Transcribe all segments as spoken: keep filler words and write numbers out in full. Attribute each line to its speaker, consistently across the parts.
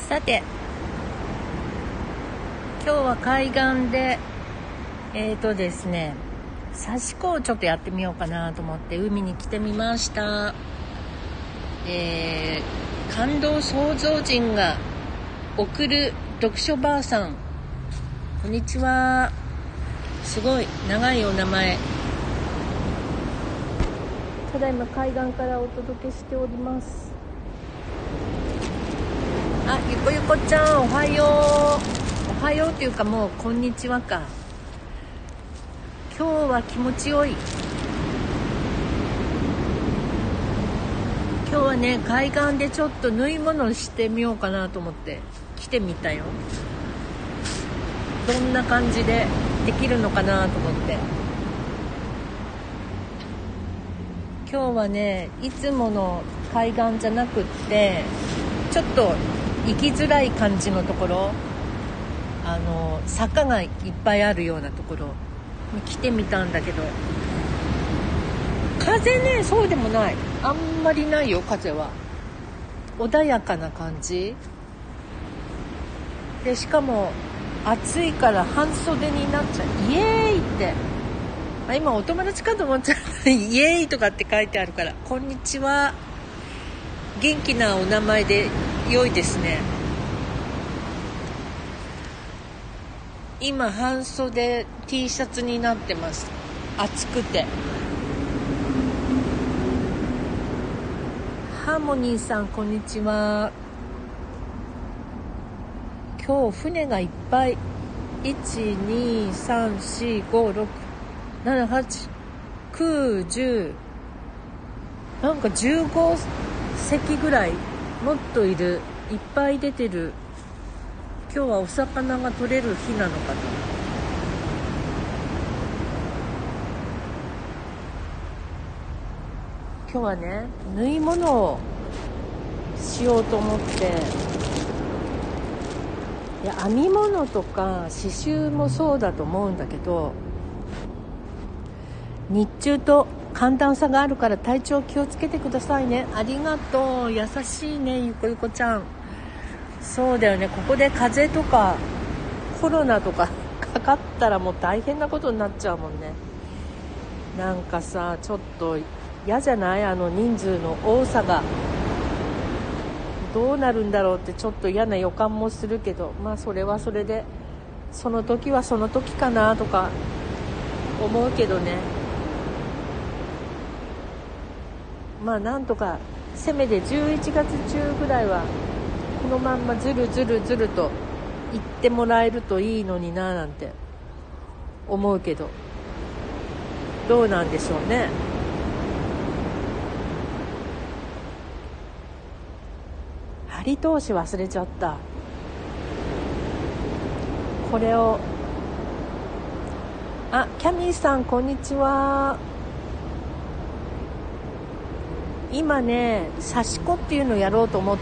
Speaker 1: さて、今日は海岸でえーとですね刺し子をちょっとやってみようかなと思って海に来てみました。えー、感動創造人が送る読書ばあさん、こんにちは。すごい長いお名前。ただいま海岸からお届けしております。あ、ゆこゆこちゃん、おはよう。おはようっていうかもうこんにちはか。今日は気持ちよい。今日はね、海岸でちょっと縫い物してみようかなと思って来てみたよ。どんな感じでできるのかなと思って。今日はね、いつもの海岸じゃなくってちょっと行きづらい感じのところ、あの坂がいっぱいあるようなところに来てみたんだけど、風ね、そうでもない、あんまりないよ。風は穏やかな感じで、しかも暑いから半袖になっちゃう。イエーイって、あ、今お友達かと思っちゃうイエーイとかって書いてあるから、こんにちは。元気なお名前で良いですね。今半袖 T シャツになってます。暑くて。ハーモニーさん、こんにちは。今日船がいっぱい。いち、に、さん、よん、ご、ろく、なな、はち、きゅう、じゅう、なんかじゅうごせきぐらいもっといる。いっぱい出てる。今日はお魚が取れる日なのかな。今日はね、縫い物をしようと思って、いや、編み物とか刺繍もそうだと思うんだけど、日中と寒暖差があるから体調気をつけてくださいね。ありがとう。優しいね、ゆこゆこちゃん。そうだよね、ここで風邪とかコロナとかかかったらもう大変なことになっちゃうもんね。なんかさ、ちょっと嫌じゃない？あの人数の多さがどうなるんだろうってちょっと嫌な予感もするけど、まあそれはそれでその時はその時かなとか思うけどね。まあなんとかせめてじゅういちがつ中ぐらいはこのまんまずるずるずると言ってもらえるといいのにななんて思うけど、どうなんでしょうね。針通し忘れちゃった。これを、あ、キャミーさん、こんにちは。今ね、刺し子っていうのをやろうと思って、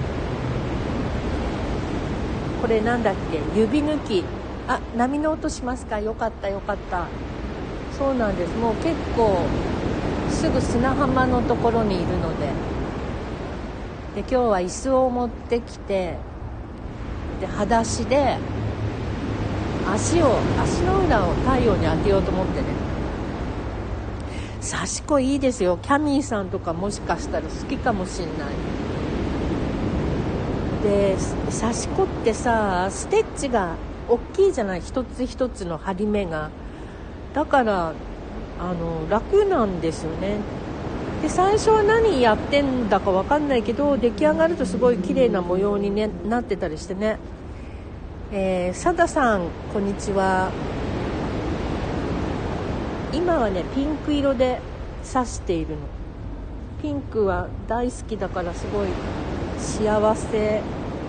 Speaker 1: これなんだっけ、指抜き。あ、波の音しますか？よかったよかった。そうなんです。もう結構すぐ砂浜のところにいるので、で今日は椅子を持ってきて、で裸足で足を足の裏を太陽に当てようと思ってね。刺し子いいですよ。キャミーさんとかもしかしたら好きかもしんない。で刺し子ってさ、ステッチが大きいじゃない、一つ一つの針目が。だからあの楽なんですよね。で最初は何やってんだか分かんないけど、出来上がるとすごい綺麗な模様に、ね、なってたりしてね。えー、サダさん、こんにちは。今はね、ピンク色で刺しているの。ピンクは大好きだからすごい幸せ。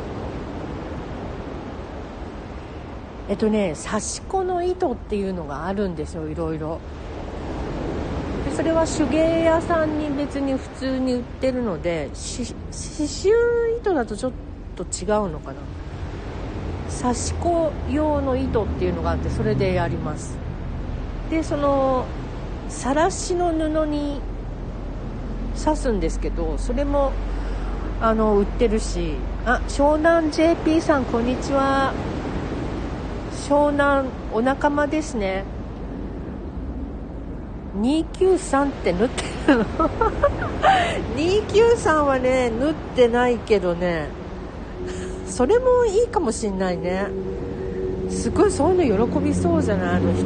Speaker 1: えっとね、刺し子の糸っていうのがあるんですよ、いろいろ。でそれは手芸屋さんに別に普通に売ってるので、し刺繍糸だとちょっと違うのかな。刺し子用の糸っていうのがあって、それでやります。でそのさらしの布に刺すんですけど、それもあの売ってるし。あ、湘南 ジェーピー さんこんにちは。湘南お仲間ですね。にひゃくきゅうじゅうさんって縫ってるのにひゃくきゅうじゅうさんはね縫ってないけどね、それもいいかもしんないね。すごいそういうの喜びそうじゃない、あの人。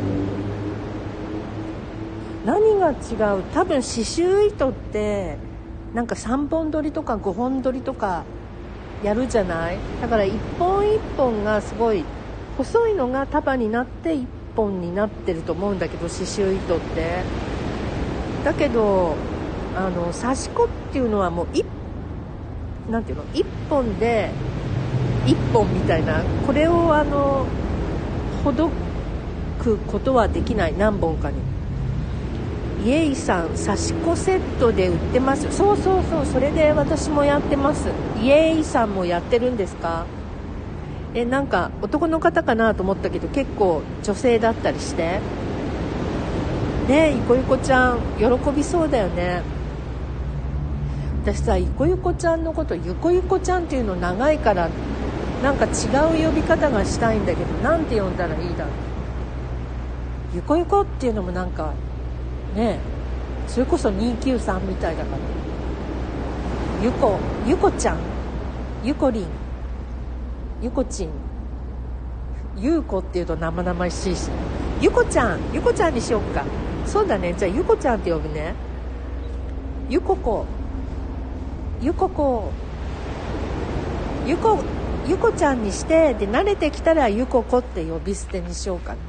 Speaker 1: 何が違う、多分刺繍糸ってなんかさんぼん取りとかごほん取りとかやるじゃない。だから一本一本がすごい細いのが束になって一本になってると思うんだけど、刺繍糸って。だけどあの刺し子っていうのはもう一なんていうの、一本で一本みたいな、これをあのほどくことはできない、何本かに。イエイさん刺し子セットで売ってます。そうそうそう、それで私もやってます。イエイさんもやってるんですか？え、なんか男の方かなと思ったけど結構女性だったりしてね。いこゆこちゃん喜びそうだよね。私さ、いこゆこちゃんのことゆこゆこちゃんっていうの長いからなんか違う呼び方がしたいんだけど、なんて呼んだらいいだろう。ゆこゆこっていうのもなんかね、それこそにひゃくきゅうじゅうさんみたいだから。ゆこゆこちゃん、ゆこりん、ゆこちん、ゆうこっていうと生々しいし、ゆこちゃん、ゆこちゃんにしよっか。そうだね、じゃあゆこちゃんって呼ぶね。ゆここ、ゆここ、ゆこゆこちゃんにして、で慣れてきたらゆここって呼び捨てにしようかな。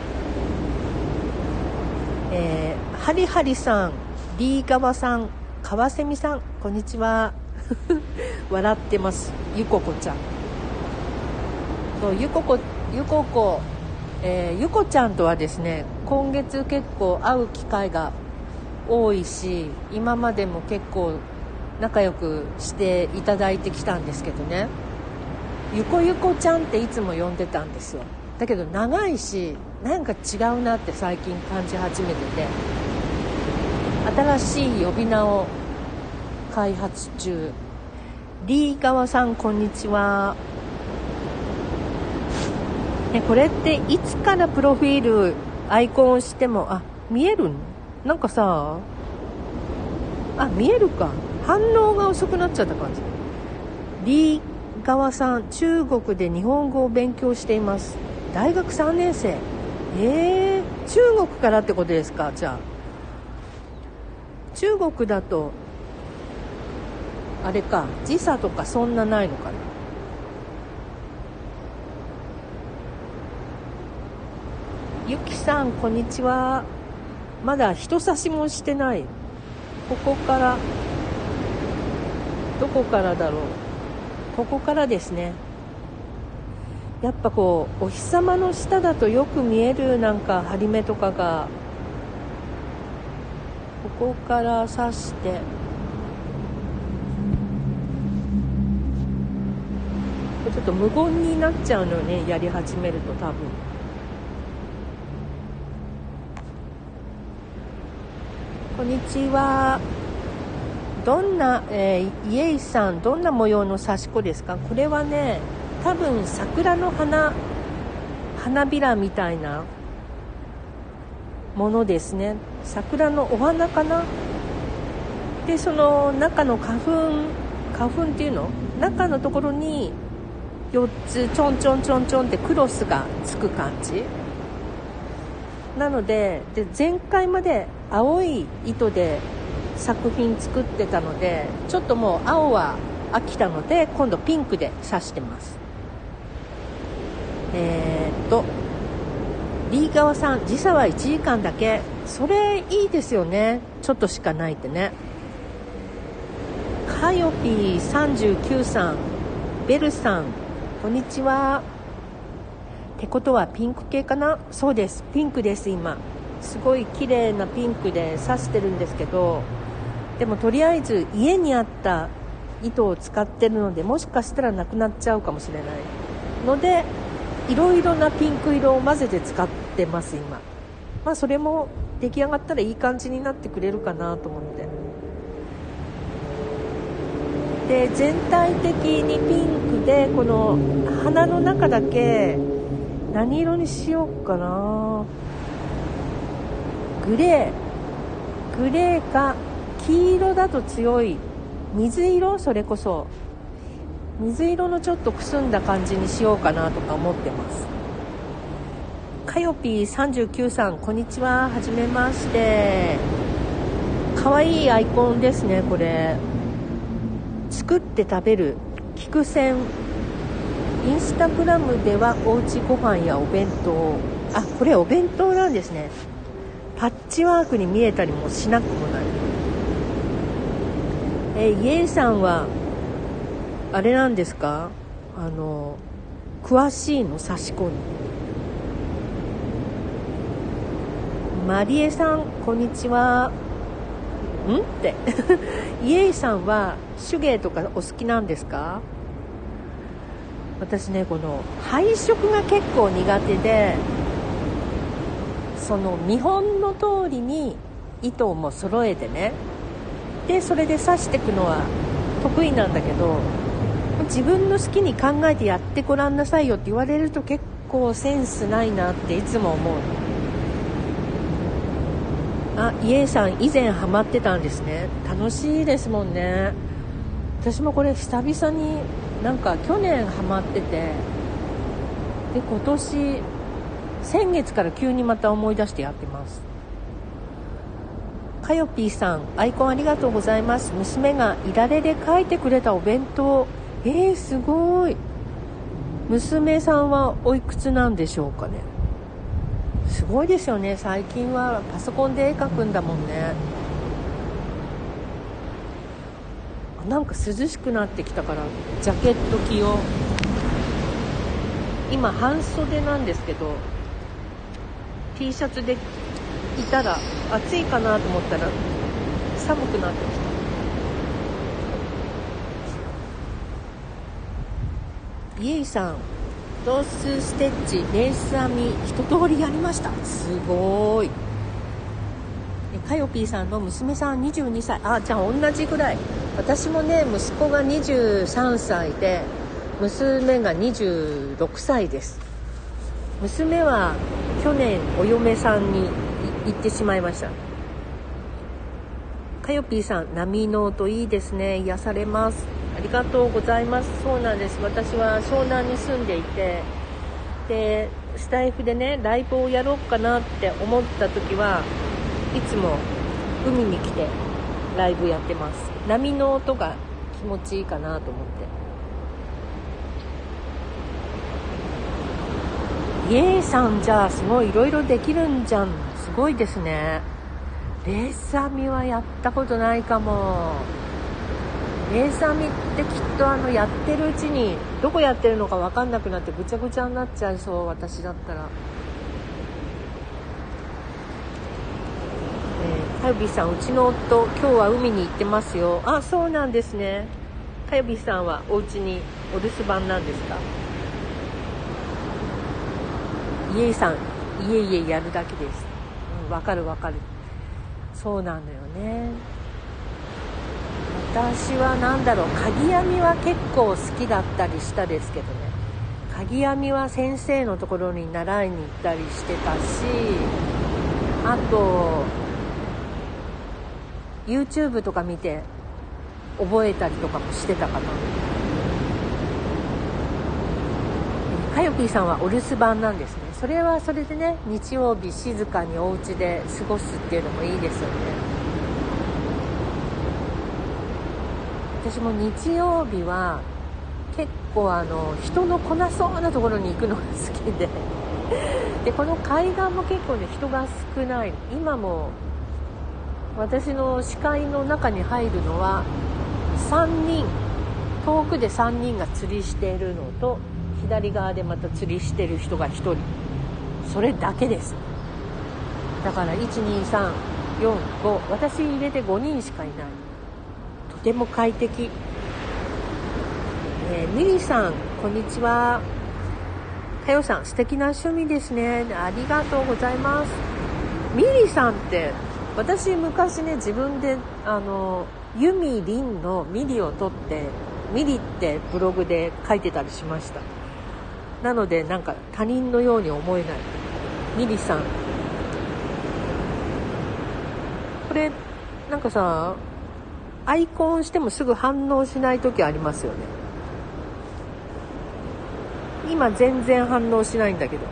Speaker 1: えー、はりはりさん、リーガワさん、川蝉さんこんにちは笑ってます。ゆここちゃん、そうゆここゆここ、えー、ゆこちゃんとはですね、今月結構会う機会が多いし、今までも結構仲良くしていただいてきたんですけどね、ゆこゆこちゃんっていつも呼んでたんですよ。だけど長いしなんか違うなって最近感じ始めてて、新しい呼び名を開発中。リーガワさんこんにちは。ね、これっていつからプロフィールアイコンをしてもあ見えるの？なんかさ、あ見えるか、反応が遅くなっちゃった感じ。リーガワさん、中国で日本語を勉強しています。大学さんねん生。えー、中国からってことですか？じゃあ中国だとあれか、時差とかそんなないのかな。ゆきさんこんにちは。まだ人差しもしてない。ここからどこからだろう。ここからですね。やっぱこうお日様の下だとよく見えるなんか針目とかがここから刺して、ちょっと無言になっちゃうのよね、やり始めると多分。こんにちは。どんな、えー、イエイさんどんな模様の刺し子ですか？これはね、多分桜の花花びらみたいなものですね。桜のお花かな。でその中の花粉花粉っていうの、中のところによっつちょんちょんちょんちょんってクロスがつく感じなので、で前回まで青い糸で作品作ってたので、ちょっともう青は飽きたので今度ピンクで刺してます。えー、っとリーガワさん、時差はいちじかんだけ。それいいですよね。ちょっとしかないってね。カヨピーさんじゅうきゅうさん、ベルさんこんにちは。ってことはピンク系かな。そうです、ピンクです。今すごい綺麗なピンクで刺してるんですけど、でもとりあえず家にあった糸を使ってるので、もしかしたらなくなっちゃうかもしれないので、いろいろなピンク色を混ぜて使ってます今。まあそれも出来上がったらいい感じになってくれるかなと思って。 で全体的にピンクで、この鼻の中だけ何色にしようかな。グレーグレーか黄色だと強い水色、それこそ水色のちょっとくすんだ感じにしようかなとか思ってます。かよぴーさんじゅうきゅうさん、こんにちは、はじめまして。かわいいアイコンですね。これ作って食べる菊泉。インスタグラムではおうちご飯やお弁当、あ、これお弁当なんですね。パッチワークに見えたりもしなくもない。えー、イエイさんはあれなんですか、あの詳しいの、差し込み。マリエさん、こんにちは。んってイエイさんは手芸とかお好きなんですか？私ね、この配色が結構苦手で、その見本の通りに糸も揃えてね、でそれで刺していくのは得意なんだけど、自分の好きに考えてやってごらんなさいよって言われると結構センスないなっていつも思う。あ、イエイさん以前ハマってたんですね。楽しいですもんね。私もこれ久々に、なんか去年ハマってて、で今年先月から急にまた思い出してやってます。かよぴーさん、アイコンありがとうございます。娘がいられで書いてくれたお弁当。えー、すごい。娘さんはおいくつなんでしょうかね。すごいですよね。最近はパソコンで絵描くんだもんね。なんか涼しくなってきたからジャケット着よう。今半袖なんですけど T シャツでいたら暑いかなと思ったら寒くなってきた。イエイさん、ロースステッチ、レース編み一通りやりました。すごい。かよぴーさんの娘さんにじゅうにさい。あ、じゃあ同じぐらい。私もね、息子がにじゅうさんさいで娘がにじゅうろくさいです。娘は去年お嫁さんに行ってしまいました。かよぴーさん、波の音いいですね。癒されます。ありがとうございます。そうなんです。私は湘南に住んでいて、でスタイフでねライブをやろうかなって思った時はいつも海に来てライブやってます。波の音が気持ちいいかなと思って。イエーさん、じゃあすごいいろいろできるんじゃん。すごいですね。レース編みはやったことないかも。レース編みってきっとあのやってるうちにどこやってるのか分かんなくなってぐちゃぐちゃになっちゃいそう、私だったら。かよびさん、うちの夫今日は海に行ってますよ。あ、そうなんですね。かよびさんはお家にお留守番なんですか？イエイさん、いえいえやるだけです。うん、わかるわかる。そうなのよね。私はなんだろう、鍵編みは結構好きだったりしたですけどね。鍵編みは先生のところに習いに行ったりしてたし、あとYouTube とか見て覚えたりとかもしてたかな。かよぴーさんはお留守番なんですね。それはそれでね、日曜日静かにお家で過ごすっていうのもいいですよね。私も日曜日は結構あの人の来なそうなところに行くのが好きででこの海岸も結構ね人が少ない。今も私の視界の中に入るのはさんにん、遠くでさんにんが釣りしているのと左側でまた釣りしてる人がひとり、それだけです。だからいちにさんよんご、私入れてごにんしかいない。とても快適。えー、ミリさん、こんにちは。かよさん、素敵な趣味ですね。ありがとうございます。ミリさんって私昔ね自分であのユミリンのミリを取ってミリってブログで書いてたりしました。なのでなんか他人のように思えない。ミリさん、これなんかさ、アイコンしてもすぐ反応しない時ありますよね。今全然反応しないんだけど、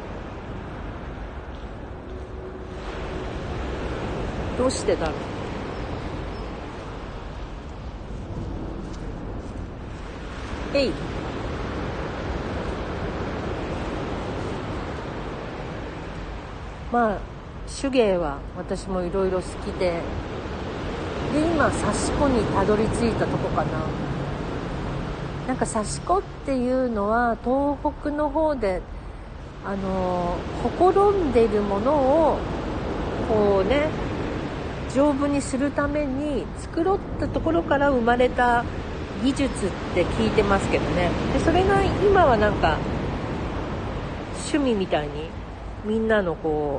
Speaker 1: どうしてだろう。えい、まあ手芸は私もいろいろ好きで、で今刺し子にたどり着いたとこかな。なんか刺し子っていうのは東北の方であのほころんでいるものをこうね丈夫にするために繕ったところから生まれた技術って聞いてますけどね。でそれが今はなんか趣味みたいにみんなのこ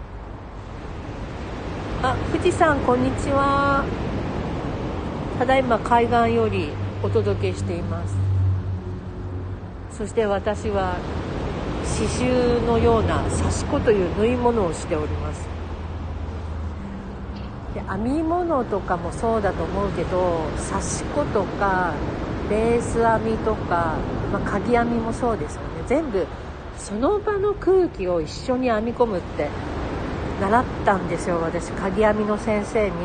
Speaker 1: う、あ、富士山こんにちは。ただいま海岸よりお届けしています。そして私は刺繍のような刺し子という縫い物をしております。で編み物とかもそうだと思うけど、刺し子とかレース編みとか、まあ、鍵編みもそうですよね。全部その場の空気を一緒に編み込むって習ったんですよ、私鍵編みの先生に。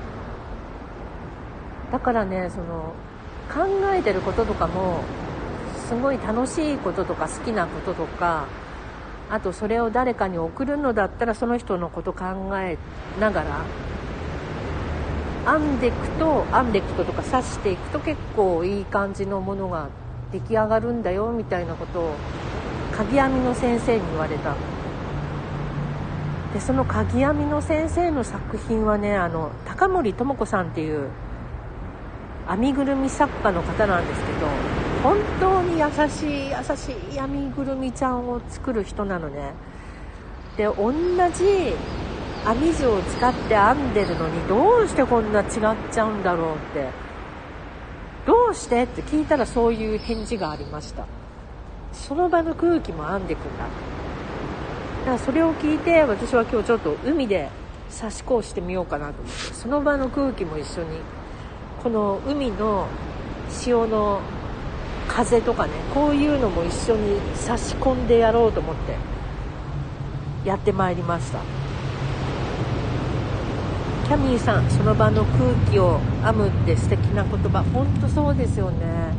Speaker 1: だからね、その考えてることとかもすごい楽しいこととか好きなこととか、あとそれを誰かに送るのだったらその人のこと考えながら編んでいくと、編んでいくととか刺していくと結構いい感じのものが出来上がるんだよみたいなことを鍵編みの先生に言われた。でその鍵編みの先生の作品はね、あの高森智子さんっていう編みぐるみ作家の方なんですけど、本当に優しい優しい編みぐるみちゃんを作る人なのね。で同じ編み図を使って編んでるのにどうしてこんな違っちゃうんだろうって、どうしてって聞いたらそういう返事がありました。その場の空気も編んでいくんだ。だからそれを聞いて私は今日ちょっと海で刺し子をしてみようかなと思って、その場の空気も一緒に、この海の潮の風とかね、こういうのも一緒に差し込んでやろうと思ってやってまいりました。キャミーさん、その場の空気を編むって素敵な言葉。本当そうですよね。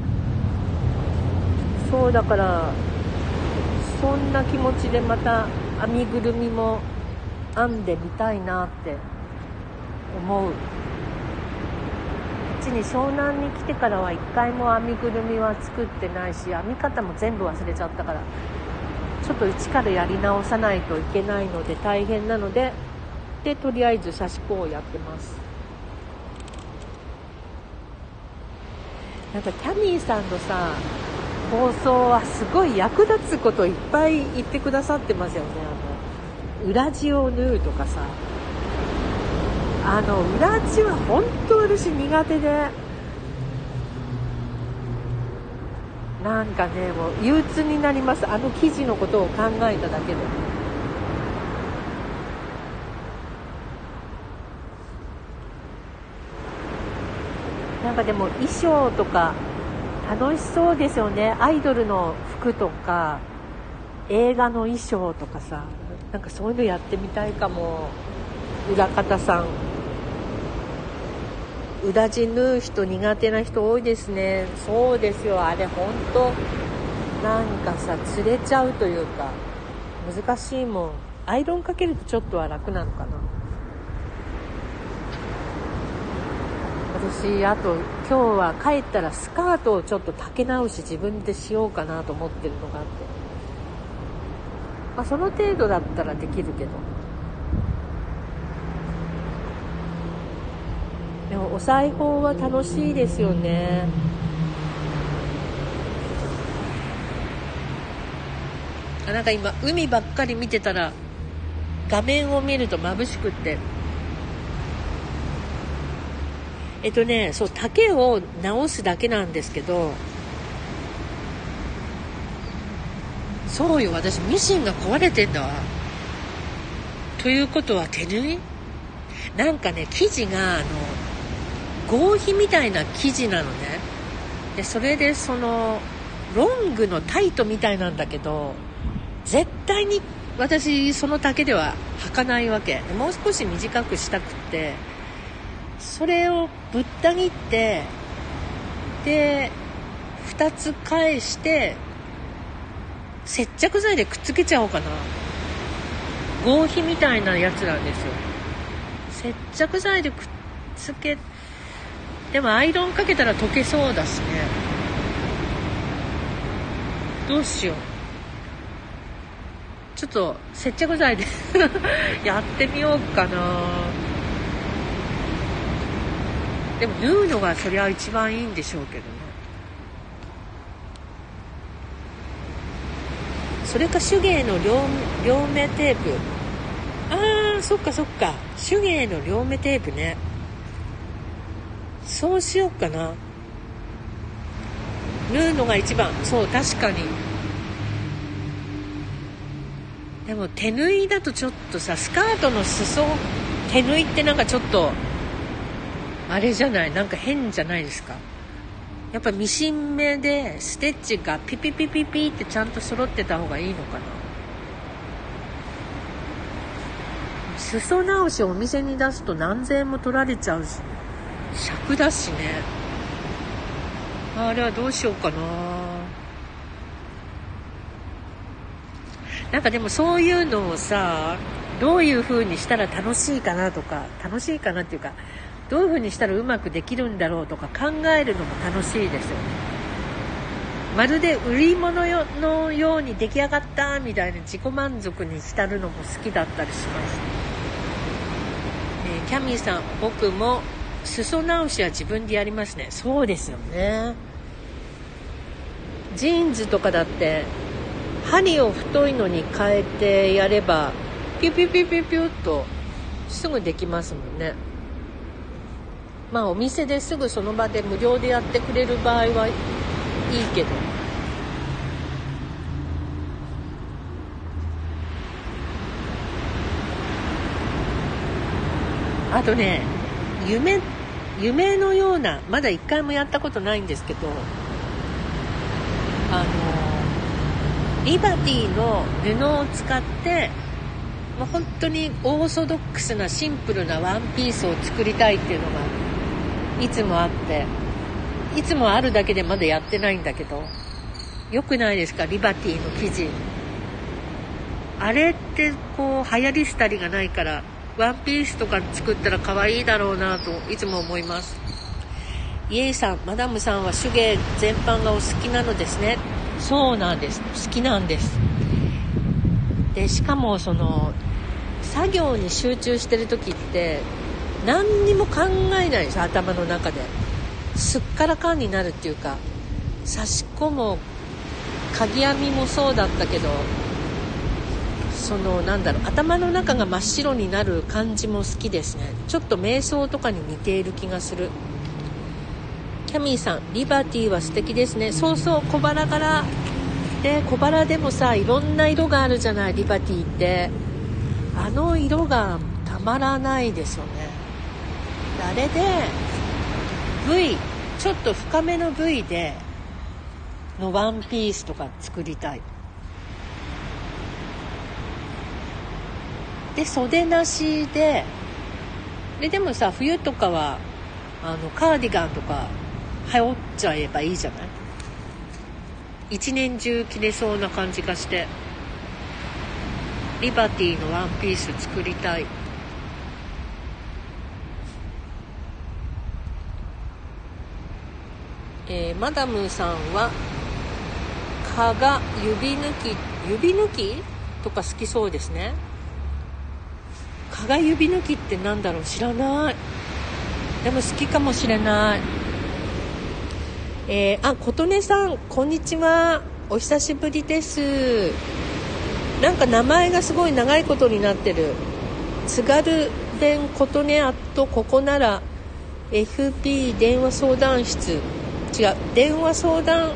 Speaker 1: そうだから、そんな気持ちでまた編みぐるみも編んでみたいなって思う。うちに湘南に来てからは一回も編みぐるみは作ってないし、編み方も全部忘れちゃったから、ちょっと一からやり直さないといけないので大変なので、でとりあえず刺し子をやってます。なんかキャミーさんのさ放送はすごい役立つこといっぱい言ってくださってますよね。あの裏地を縫うとかさ、あの裏地は本当私苦手で、なんかねもう憂鬱になります。あの生地のことを考えただけで。なんかでも衣装とか楽しそうですよね。アイドルの服とか映画の衣装とかさ、なんかそういうのやってみたいかも。裏方さん、裏地縫う人苦手な人多いですね。そうですよ、あれ本当なんかさ釣れちゃうというか難しいもん。アイロンかけるとちょっとは楽なのかな。私あと今日は帰ったらスカートをちょっと丈直し自分でしようかなと思ってるのがあって、まあ、その程度だったらできるけど、でもお裁縫は楽しいですよね。あ、なんか今海ばっかり見てたら画面を見ると眩しくってえっとねそう丈を直すだけなんですけど、そうよ、私ミシンが壊れてんだわ。ということは手縫いなんかね、生地があの合皮みたいな生地なのね。でそれでそのロングのタイトみたいなんだけど、絶対に私その丈では履かないわけ。もう少し短くしたくって、それをぶった切って、でふたつ返して接着剤でくっつけちゃおうかな。合皮みたいなやつなんですよ。接着剤でくっつけ、でもアイロンかけたら溶けそうだしね。どうしよう。ちょっと接着剤でやってみようかな。でも縫うのがそりゃ一番いいんでしょうけどね。それか手芸の 両, 両目テープ。あーそっかそっか、手芸の両目テープね。そうしようかな。縫うのが一番。そう、確かに。でも手縫いだとちょっとさ、スカートの裾手縫いってなんかちょっとあれじゃない、なんか変じゃないですか。やっぱミシン目でステッチがピピピピピってちゃんと揃ってた方がいいのかな。裾直しをお店に出すと何千円も取られちゃうし、尺だしね。あれはどうしようかな。なんかでもそういうのをさ、どういう風にしたら楽しいかなとか、楽しいかなっていうか、どういう風にしたらうまくできるんだろうとか考えるのも楽しいですよね。まるで売り物のように出来上がったみたいな自己満足に浸るのも好きだったりします。えー、キャミーさん、僕も裾直しは自分でやりますね。そうですよね。ジーンズとかだって針を太いのに変えてやればピュピュピュピュピュっとすぐできますもんね。まあお店ですぐその場で無料でやってくれる場合はいいけど、あとね、夢夢のような、まだ一回もやったことないんですけど、あのリバティの布を使ってもう本当にオーソドックスなシンプルなワンピースを作りたいっていうのがいつもあって、いつもあるだけでまだやってないんだけど、よくないですか、リバティの生地。あれってこう流行りしたりがないから、ワンピースとか作ったら可愛いだろうなといつも思います。イエイさん、マダムさんは手芸全般がお好きなのですね。そうなんです、好きなんです。でしかもその作業に集中してる時って何にも考えないです、頭の中で。すっからかんになるっていうか、差し込む鍵編みもそうだったけど、そのなんだろう、頭の中が真っ白になる感じも好きですね。ちょっと瞑想とかに似ている気がする。キャミーさん、リバティは素敵ですね。そうそう、小腹からで、小腹でもさ、いろんな色があるじゃない、リバティって。あの色がたまらないですよね。あれで V、 ちょっと深めの V でのワンピースとか作りたい。で袖なしで、ででもさ、冬とかはあのカーディガンとか羽織っちゃえばいいじゃない。一年中着れそうな感じがして、リバティのワンピース作りたい。えー、マダムさんは蚊が指抜き指抜きとか好きそうですね。蚊が指抜きってなんだろう、知らない。でも好きかもしれない。えー、あ、琴音さん、こんにちは、お久しぶりです。なんか名前がすごい長いことになってる。津軽弁琴音アットここならエフピー 電話相談室、違う、電話相談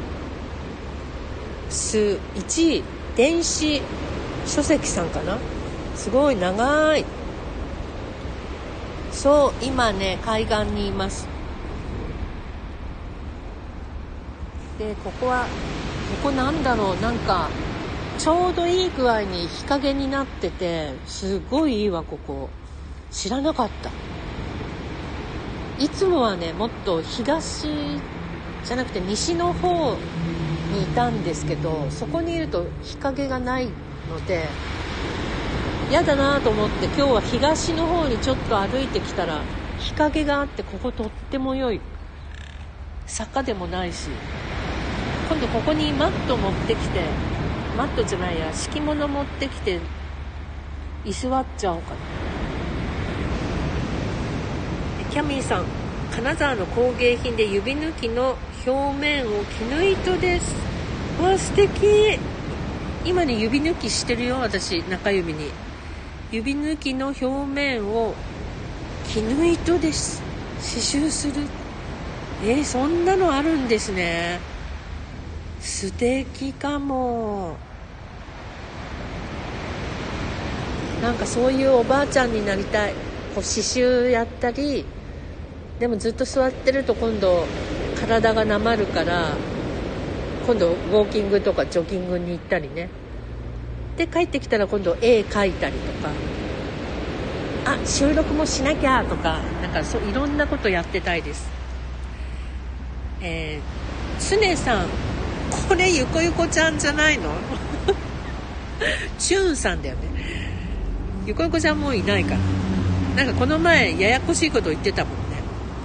Speaker 1: 数いちい、電子書籍さんかな。すごい長い。そう、今ね海岸にいます。でここはここなんだろう、なんかちょうどいい具合に日陰になってて、すごいいいわ。ここ知らなかった。いつもはねもっと東じゃなくて西の方にいたんですけど、そこにいると日陰がないので嫌だなと思って、今日は東の方にちょっと歩いてきたら日陰があって、こことっても良い。坂でもないし、今度ここにマット持ってきて、マットじゃないや、敷物持ってきて居座っちゃおうかな。キャミーさん、金沢の工芸品で指抜きの表面を絹糸です。わ、素敵。今ね指抜きしてるよ、私。中指に指抜きの表面を絹糸です刺繍する。えー、そんなのあるんですね。素敵かも。なんかそういうおばあちゃんになりたい。こう刺繍やったり、でもずっと座ってると今度体がなまるから、今度ウォーキングとかジョギングに行ったりね。で帰ってきたら今度絵描いたりとか、あ、収録もしなきゃとか、なんかそういろんなことやってたいです。えー、つねさん、これゆこゆこちゃんじゃないのチューンさんだよね。ゆこゆこちゃんもういないから、なんかこの前ややこしいこと言ってたもんね。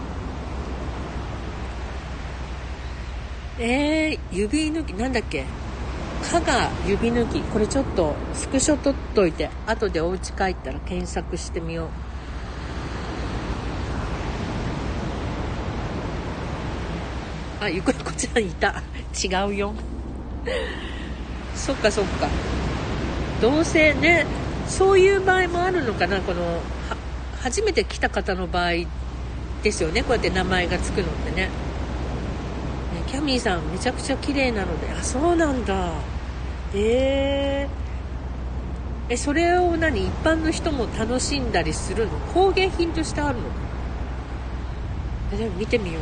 Speaker 1: えー、指抜きなんだっけ、加賀指抜き。これちょっとスクショ撮っといて、後でお家帰ったら検索してみよう。あ、ゆこゆこちゃんいた。違うよそっかそっか、どうせね、そういう場合もあるのかな。このは初めて来た方の場合ですよね、こうやって名前がつくのってね。キャミーさんめちゃくちゃ綺麗なので、あ、そうなんだ。えー、えそれを何、一般の人も楽しんだりするの？工芸品としてあるの？えでも見てみよう。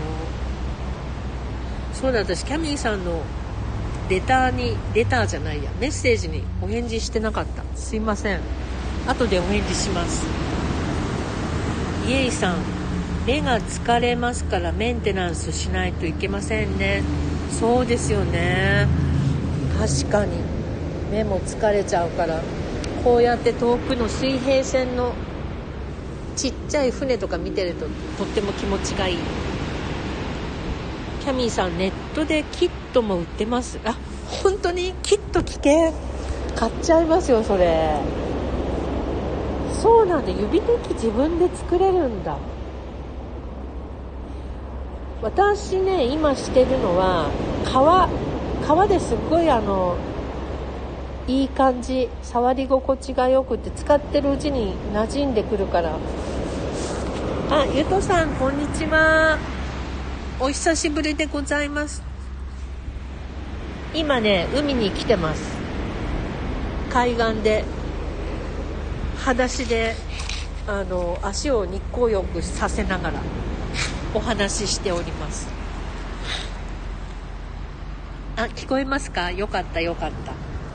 Speaker 1: そうだ、私キャミーさんのレターに、レターじゃないや、メッセージにお返事してなかった。すいません、後でお返事します。イエイさん、目が疲れますからメンテナンスしないといけませんね。そうですよね、確かに目も疲れちゃうから、こうやって遠くの水平線のちっちゃい船とか見てるととっても気持ちがいい。キャミーさん、ネットでキットも売ってます。あ、本当にキット危険、買っちゃいますよそれ。そうなんで、指抜き自分で作れるんだ。私ね今してるのは革革ですっごいあのいい感じ、触り心地がよくて、使ってるうちに馴染んでくるから。あ、ゆとさんこんにちは、お久しぶりでございます。今ね海に来てます。海岸で裸足であの足を日光浴させながらお話ししております。あ、聞こえますか？よかったよかった。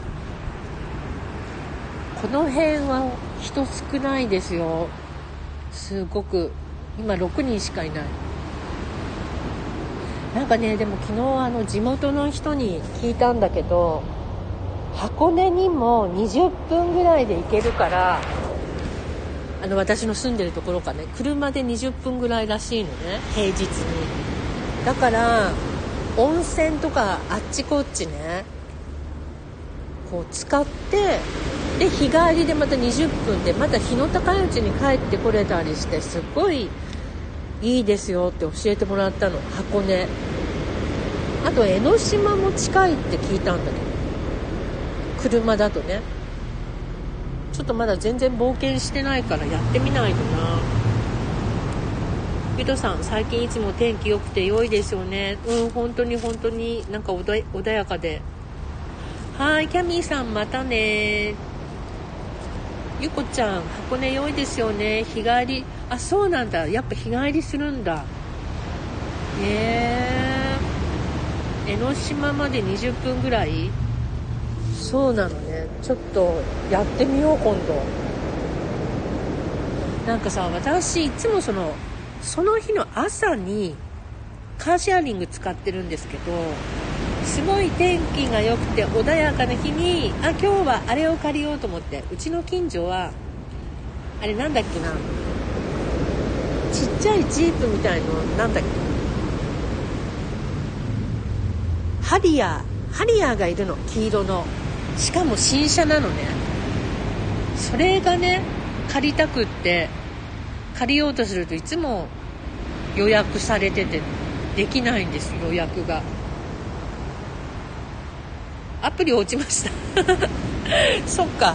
Speaker 1: この辺は人少ないですよ。すごく今ろくにんしかいない。なんかね、でも昨日あの地元の人に聞いたんだけど、箱根にもにじゅっぷんぐらいで行けるから、あの私の住んでるところからね、車でにじゅっぷんぐらいらしいのね、平日に。だから温泉とかあっちこっちねこう使って、で日帰りでまたにじゅっぷんでまた日の高いうちに帰ってこれたりして、すごいいいですよって教えてもらったの、箱根。あと江ノ島も近いって聞いたんだけど、車だとね。ちょっとまだ全然冒険してないからやってみないとな。 ゆとさん、最近いつも天気良くて良いですよね。うん、本当に本当になんか穏穏やかで。はい、キャミーさんまたね。ゆこちゃん、箱根良いですよね。日帰り、あ、そうなんだ。やっぱ日帰りするんだ。へえ。江ノ島までにじゅっぷんぐらい。そうなのね。ちょっとやってみよう今度。なんかさ、私いつもそのその日の朝にカーシェアリング使ってるんですけど、すごい天気が良くて穏やかな日に、あ、今日はあれを借りようと思って、うちの近所はあれなんだっけな、ちっちゃいジープみたいのなんだっけ、ハリアーハリアーがいるの、黄色の、しかも新車なのね。それがね借りたくって借りようとするといつも予約されててできないんです、予約が。アプリ落ちましたそっか。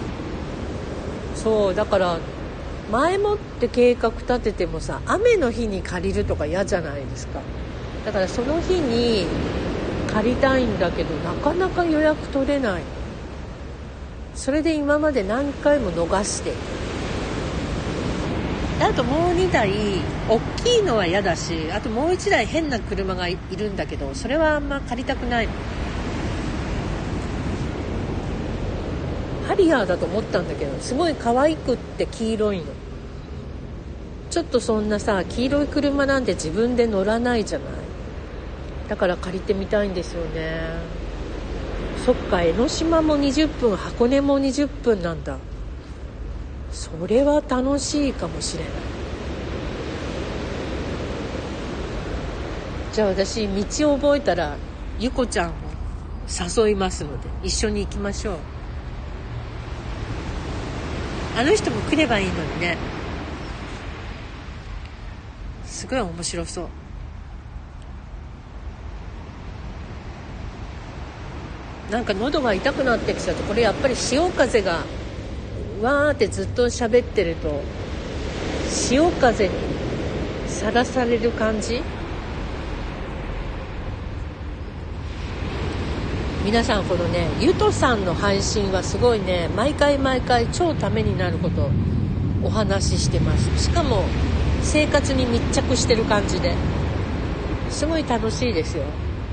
Speaker 1: そうだから前もって計画立ててもさ、雨の日に借りるとか嫌じゃないですか。だからその日に借りたいんだけどなかなか予約取れない。それで今まで何回も逃している。あともうにだい大きいのは嫌だし、あともういちだい変な車がいるんだけど、それはあんま借りたくない。ハリアーだと思ったんだけど、すごい可愛くって黄色いの。ちょっとそんなさ、黄色い車なんて自分で乗らないじゃない。だから借りてみたいんですよね。そっか、江ノ島もにじゅっぷん、箱根もにじゅっぷんなんだ。それは楽しいかもしれない。じゃあ私道を覚えたらゆこちゃんを誘いますので一緒に行きましょう。あの人も来ればいいのにね。すごい面白そう。なんか喉が痛くなってきちゃって、これやっぱり潮風がわーってずっと喋ってると潮風にさらされる感じ。皆さんこのねゆとさんの配信はすごいね、毎回毎回超ためになることをお話ししてます。しかも生活に密着してる感じですごい楽しいですよ。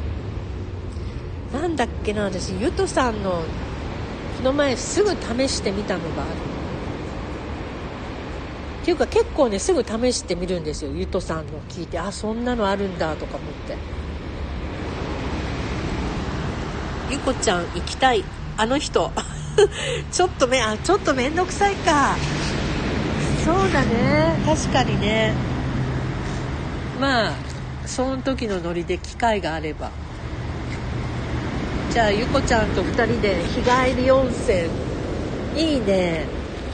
Speaker 1: なんだっけな、私ゆとさんのこの前すぐ試してみたのがあるっていうか、結構ねすぐ試してみるんですよ。ゆとさんの聞いて、あ、そんなのあるんだとか思って。ゆこちゃん行きたい、あの人ちょっとめあちょっとめんどくさいか。そうだね、確かにね。まあその時のノリで機会があれば。じゃあゆこちゃんとふたりで日帰り温泉いいね。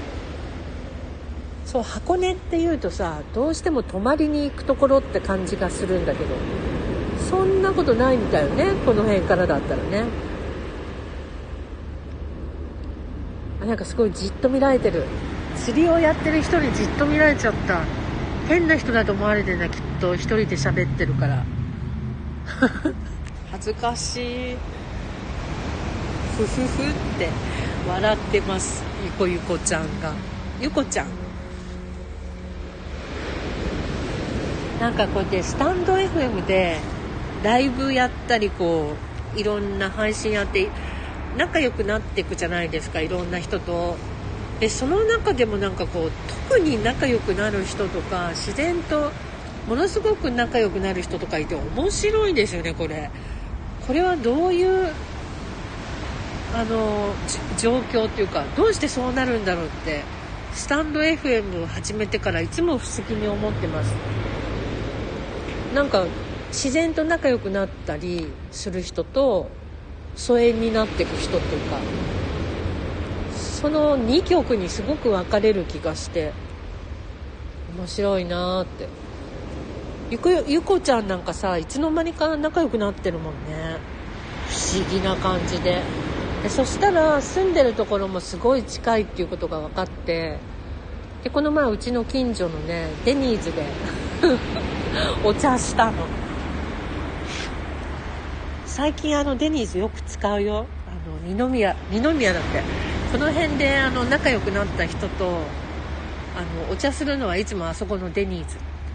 Speaker 1: そう、箱根っていうとさ、どうしても泊まりに行くところって感じがするんだけど、そんなことないみたいよね、この辺からだったらね。あ、なんかすごいじっと見られてる。釣りをやってる人にじっと見られちゃった。変な人だと思われてるんだ、きっと一人で喋ってるから恥ずかしい。ふふふって笑ってます、ゆこゆこちゃんが。ゆこちゃんなんかこうやってスタンド エフエム でライブやったり、こういろんな配信やって仲良くなっていくじゃないですか、いろんな人と。でその中でもなんかこう特に仲良くなる人とか、自然とものすごく仲良くなる人とかいて面白いですよね。これこれはどういうあの状況っていうか、どうしてそうなるんだろうってスタンド エフエム を始めてからいつも不思議に思ってます。なんか自然と仲良くなったりする人と疎遠になっていく人っていうか、そのに極にすごく分かれる気がして面白いなって。ゆこゆこちゃんなんかさ、いつの間にか仲良くなってるもんね、不思議な感じで。でそしたら住んでるところもすごい近いっていうことが分かって、 でこの前うちの近所のねデニーズでお茶したの。最近あのデニーズよく使うよ。あの二宮二宮だって、この辺であの仲良くなった人とあのお茶するのはいつもあそこのデニーズ、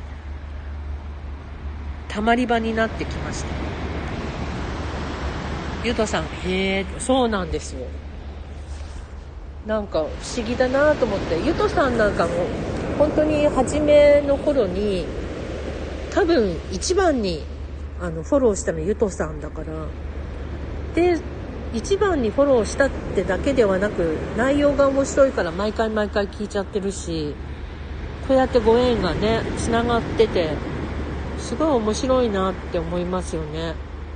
Speaker 1: たまり場になってきました。ゆとさん、へえ、そうなんですよ。なんか不思議だなと思って、ゆとさんなんかも本当に初めの頃に多分一番にあのフォローしたのゆとさんだから、で一番にフォローしたってだけではなく内容が面白いから毎回毎回聞いちゃってるし、こうやってご縁がねつながっててすごい面白いなって思いますよね。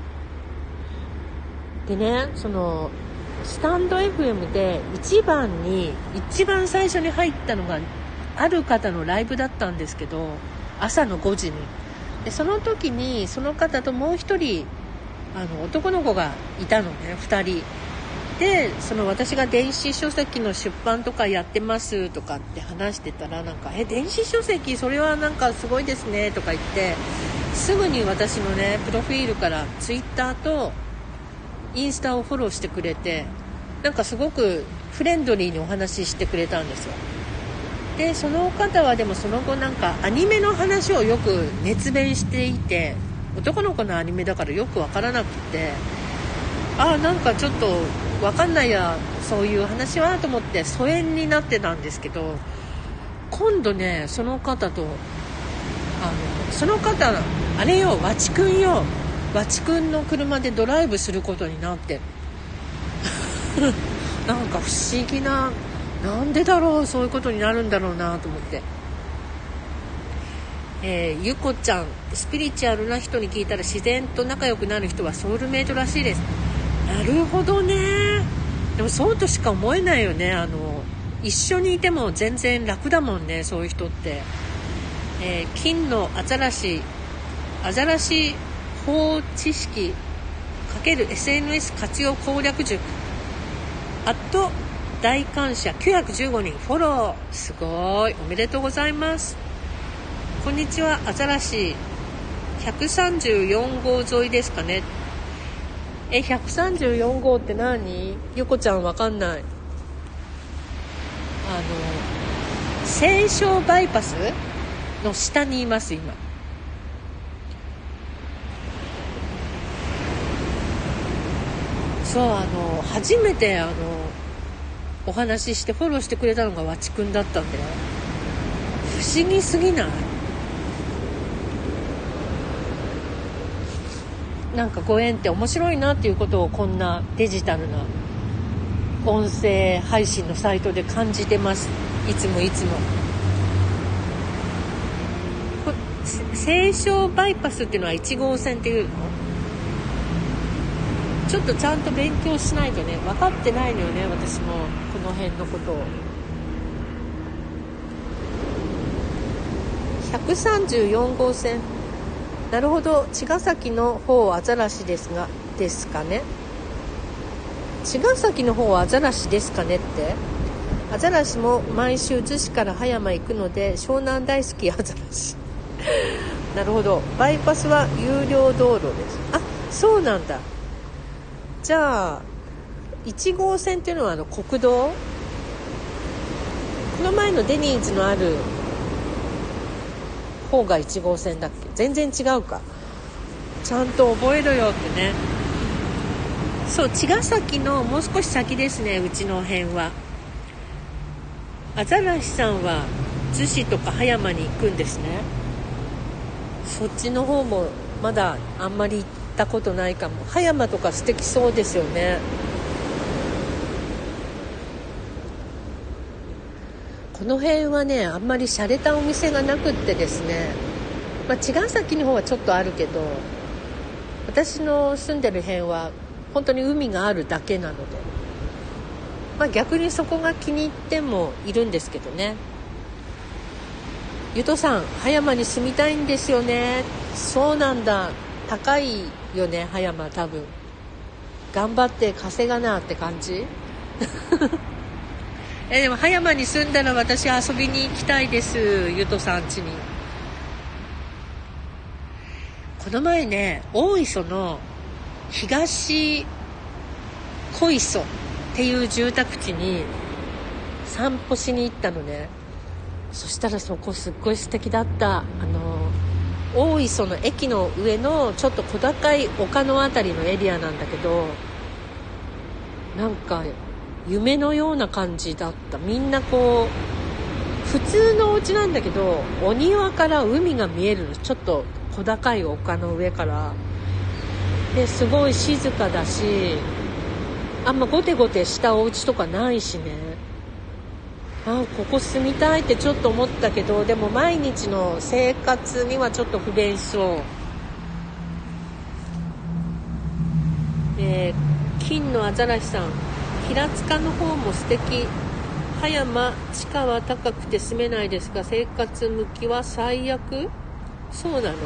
Speaker 1: でね、そのスタンド エフエム で一番に一番最初に入ったのがある方のライブだったんですけど、朝のごじに。でその時にその方ともう一人あの男の子がいたのね、ふたりで、その私が電子書籍の出版とかやってますとかって話してたら、なんかえ電子書籍それはなんかすごいですねとか言って、すぐに私のねプロフィールからツイッターとインスタをフォローしてくれて、なんかすごくフレンドリーにお話ししてくれたんですよ。でその方はでもその後なんかアニメの話をよく熱弁していて、男の子のアニメだからよくわからなくて、あなんかちょっとわかんないやそういう話はと思って疎遠になってたんですけど、今度ねその方とあのその方あれよわちくんよわちくんの車でドライブすることになってなんか不思議な、なんでだろう、そういうことになるんだろうなと思って、えー、ゆこちゃん、スピリチュアルな人に聞いたら自然と仲良くなる人はソウルメイトらしいです。なるほどね。でもそうとしか思えないよね。あの一緒にいても全然楽だもんね、そういう人って。えー、金のアザラシアザラシ法知識×エスエヌエス 活用攻略塾あと大感謝きゅうひゃくじゅうごにんフォロー、すごい、おめでとうございます。こんにちは、アザラシひゃくさんじゅうよん号沿いですかね。えひゃくさんじゅうよん号って何？ゆこちゃんわかんない。あの西湘バイパスの下にいます今。そう、あの初めてあのお話ししてフォローしてくれたのがわちくんだったんだよ。不思議すぎない？なんかご縁って面白いなっていうことをこんなデジタルな音声配信のサイトで感じてます。いつもいつも。西湘バイパスっていうのはいち号線っていうの？ちょっとちゃんと勉強しないとね、分かってないのよね、私もこの辺のことを。ひゃくさんじゅうよん号線、なるほど、茅ヶ崎の方アザラシですがですかね。茅ヶ崎の方はアザラシですかねって。アザラシも毎週逗子から葉山行くので湘南大好きアザラシなるほど、バイパスは有料道路です。あ、そうなんだ。じゃあいち号線っていうのはあの国道、この前のデニーズのある方がいち号線だっけ？全然違うか。ちゃんと覚えろよってね。そう、茅ヶ崎のもう少し先ですね、うちの辺は。アザラシさんは逗子とか葉山に行くんですね。そっちの方もまだあんまり行ったことないかも。葉山とか素敵そうですよね。この辺はね、あんまり洒落たお店がなくってですね、まあ、茅ヶ崎の方はちょっとあるけど、私の住んでる辺は本当に海があるだけなので、まあ、逆にそこが気に入ってもいるんですけどね。ゆとさん、葉山に住みたいんですよね。そうなんだ。高いよね、葉山。多分頑張って稼がなって感じえでも葉山に住んだら私遊びに行きたいです。ゆとさん家に。この前ね、大磯の東小磯っていう住宅地に散歩しに行ったのね。そしたらそこすっごい素敵だった。あの大磯の駅の上のちょっと小高い丘のあたりのエリアなんだけど、なんか夢のような感じだった。みんなこう普通のお家なんだけど、お庭から海が見えるの。ちょっと小高い丘の上からですごい静かだし、あんまゴテゴテしたお家とかないしね。あ、ここ住みたいってちょっと思ったけど、でも毎日の生活にはちょっと不便そう。えー、金のアザラシさん、平塚の方も素敵。葉山地価は高くて住めないですが、生活向きは最悪。そうなの？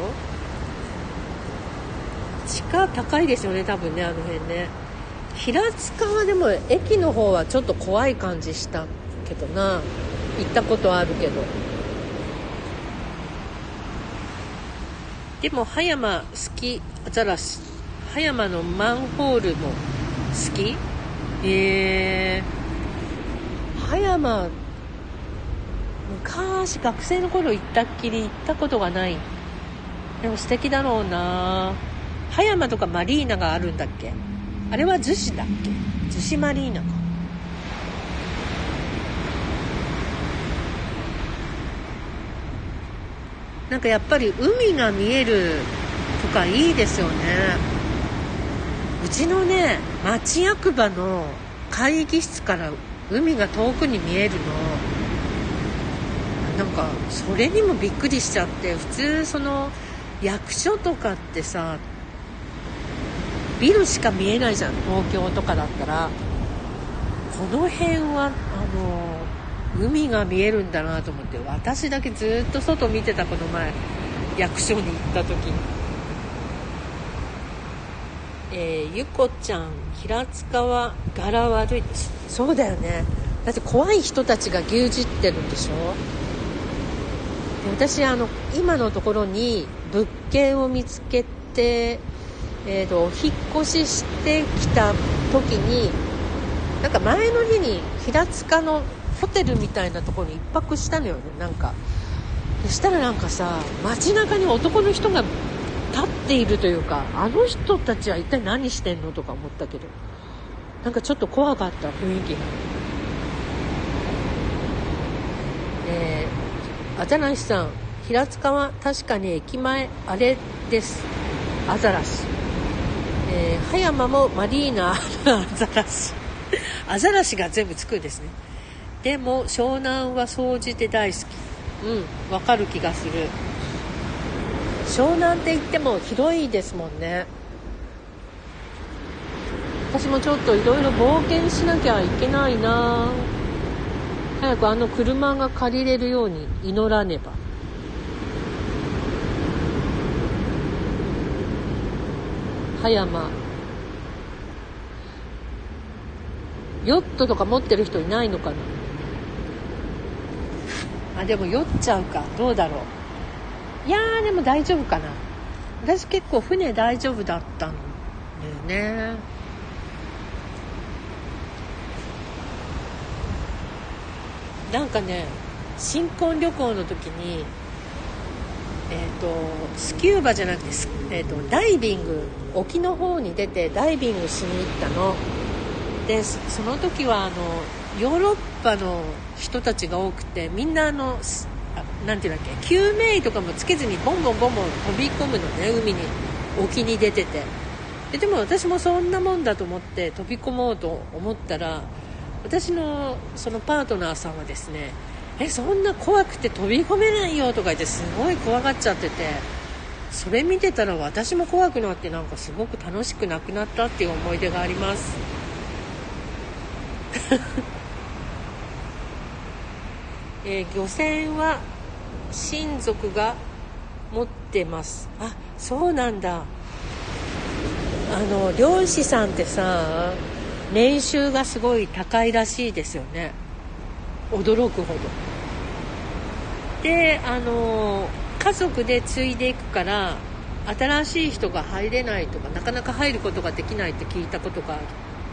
Speaker 1: 地価高いですよね、多分ね、あの辺ね。平塚はでも駅の方はちょっと怖い感じしたけどな。行ったことあるけど。でも葉山好き。アザラシ、葉山のマンホールも好き。えー、葉山昔学生の頃行ったっきり行ったことがない。でも素敵だろうな。葉山とかマリーナがあるんだっけ。あれは逗子だっけ。逗子マリーナか。なんかやっぱり海が見えるとかいいですよね。うちのね、町役場の会議室から海が遠くに見えるの。なんかそれにもびっくりしちゃって。普通その役所とかってさ、ビルしか見えないじゃん、東京とかだったら。この辺はあの海が見えるんだなと思って、私だけずっと外見てた。この前役所に行った時に、えー、ゆこちゃん、平塚は柄悪い。そうだよね。だって怖い人たちが牛耳ってるんでしょ。で私あの今のところに物件を見つけて、えーと、引っ越ししてきた時に、なんか前の日に平塚のホテルみたいなところに一泊したのよね。なんかそしたらなんかさ、街中に男の人が立っているというか、あの人たちは一体何してんのとか思ったけど、なんかちょっと怖かった雰囲気が。えー、アザラシさん、平塚は確かに駅前あれです。アザラシ。えー、葉山もマリーナアザラシアザラシが全部つくんですね。でも湘南は総じて大好き。うん、わかる気がする。湘南って言っても広いですもんね。私もちょっといろいろ冒険しなきゃいけないな。早くあの車が借りれるように祈らねば。葉山、ヨットとか持ってる人いないのかな。あ、でも酔っちゃうか、どうだろう。いやーでも大丈夫かな。私結構船大丈夫だったんだよね。なんかね、新婚旅行の時にえーと、スキューバじゃなくて、えーと、ダイビング、沖の方に出てダイビングしに行ったので、その時はあのヨーロッパの人たちが多くて、みんなあのなんていうんだっけ、救命衣とかもつけずにボンボンボンボン飛び込むのね、海に、沖に出てて。で、でも私もそんなもんだと思って飛び込もうと思ったら、私のそのパートナーさんはですね、え、そんな怖くて飛び込めないよとか言って、すごい怖がっちゃってて、それ見てたら私も怖くなって、なんかすごく楽しくなくなったっていう思い出がありますえー、漁船は親族が持ってます。あ、そうなんだ。あの漁師さんってさ、年収がすごい高いらしいですよね。 驚くほどで、あの家族で継いでいくから新しい人が入れないとか、なかなか入ることができないって聞いたことがある。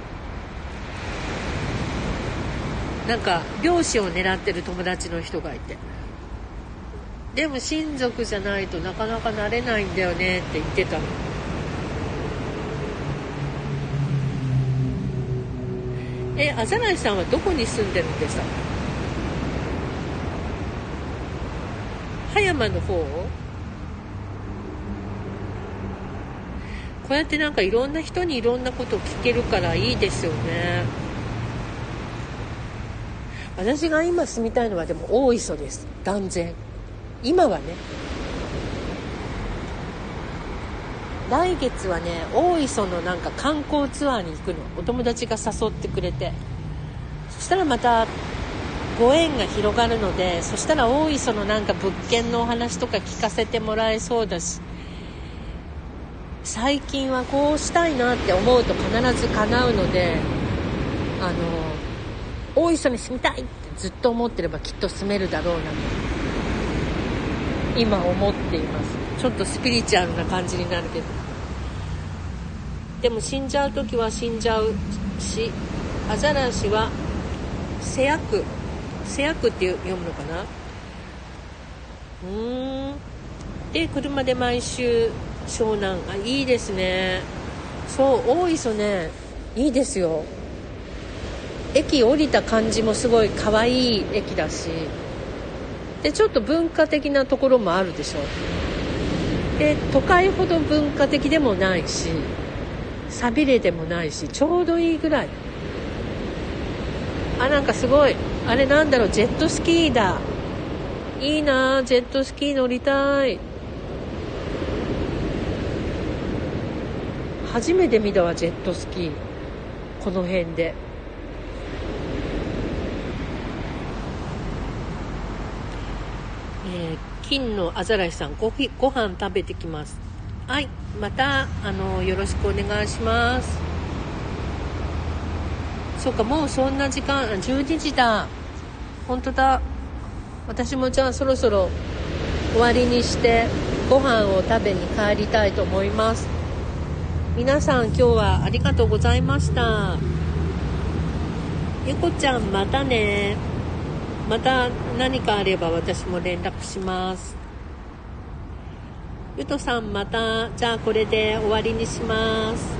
Speaker 1: なんか漁師を狙ってる友達の人がいて、でも親族じゃないとなかなかなれないんだよねって言ってたの。え、アザラシさんはどこに住んでるんでしたか？葉山の方？こうやってなんかいろんな人にいろんなことを聞けるからいいですよね。私が今住みたいのはでも大磯です。断然。今はね。来月はね、大磯のなんか観光ツアーに行くの。お友達が誘ってくれて。そしたらまたご縁が広がるので、そしたら大磯のなんか物件のお話とか聞かせてもらえそうだし、最近はこうしたいなって思うと必ず叶うので、あの大磯に住みたいってずっと思ってればきっと住めるだろうなと今思っています。ちょっとスピリチュアルな感じになるけど、でも死んじゃう時は死んじゃうし、アザラシは瀬谷区瀬谷区って読むのかな。うーんで車で毎週湘南、あ、いいですね。そう大磯ね、いいですよ。駅降りた感じもすごい可愛い駅だし、でちょっと文化的なところもあるでしょ。で都会ほど文化的でもないし寂れでもないし、ちょうどいいぐらい。あ、なんかすごい、あれなんだろう、ジェットスキーだ。いいな、ジェットスキー乗りたい。初めて見たわ、ジェットスキーこの辺で。えー、金のアザラシさん、ごひご飯食べてきます。はい、またあのよろしくお願いします。そうか、もうそんな時間、じゅうにじだ。本当だ。私もじゃあそろそろ終わりにしてご飯を食べに帰りたいと思います。皆さん今日はありがとうございました。ゆこちゃんまたね。また何かあれば私も連絡します。ゆとさんまた。じゃあこれで終わりにします。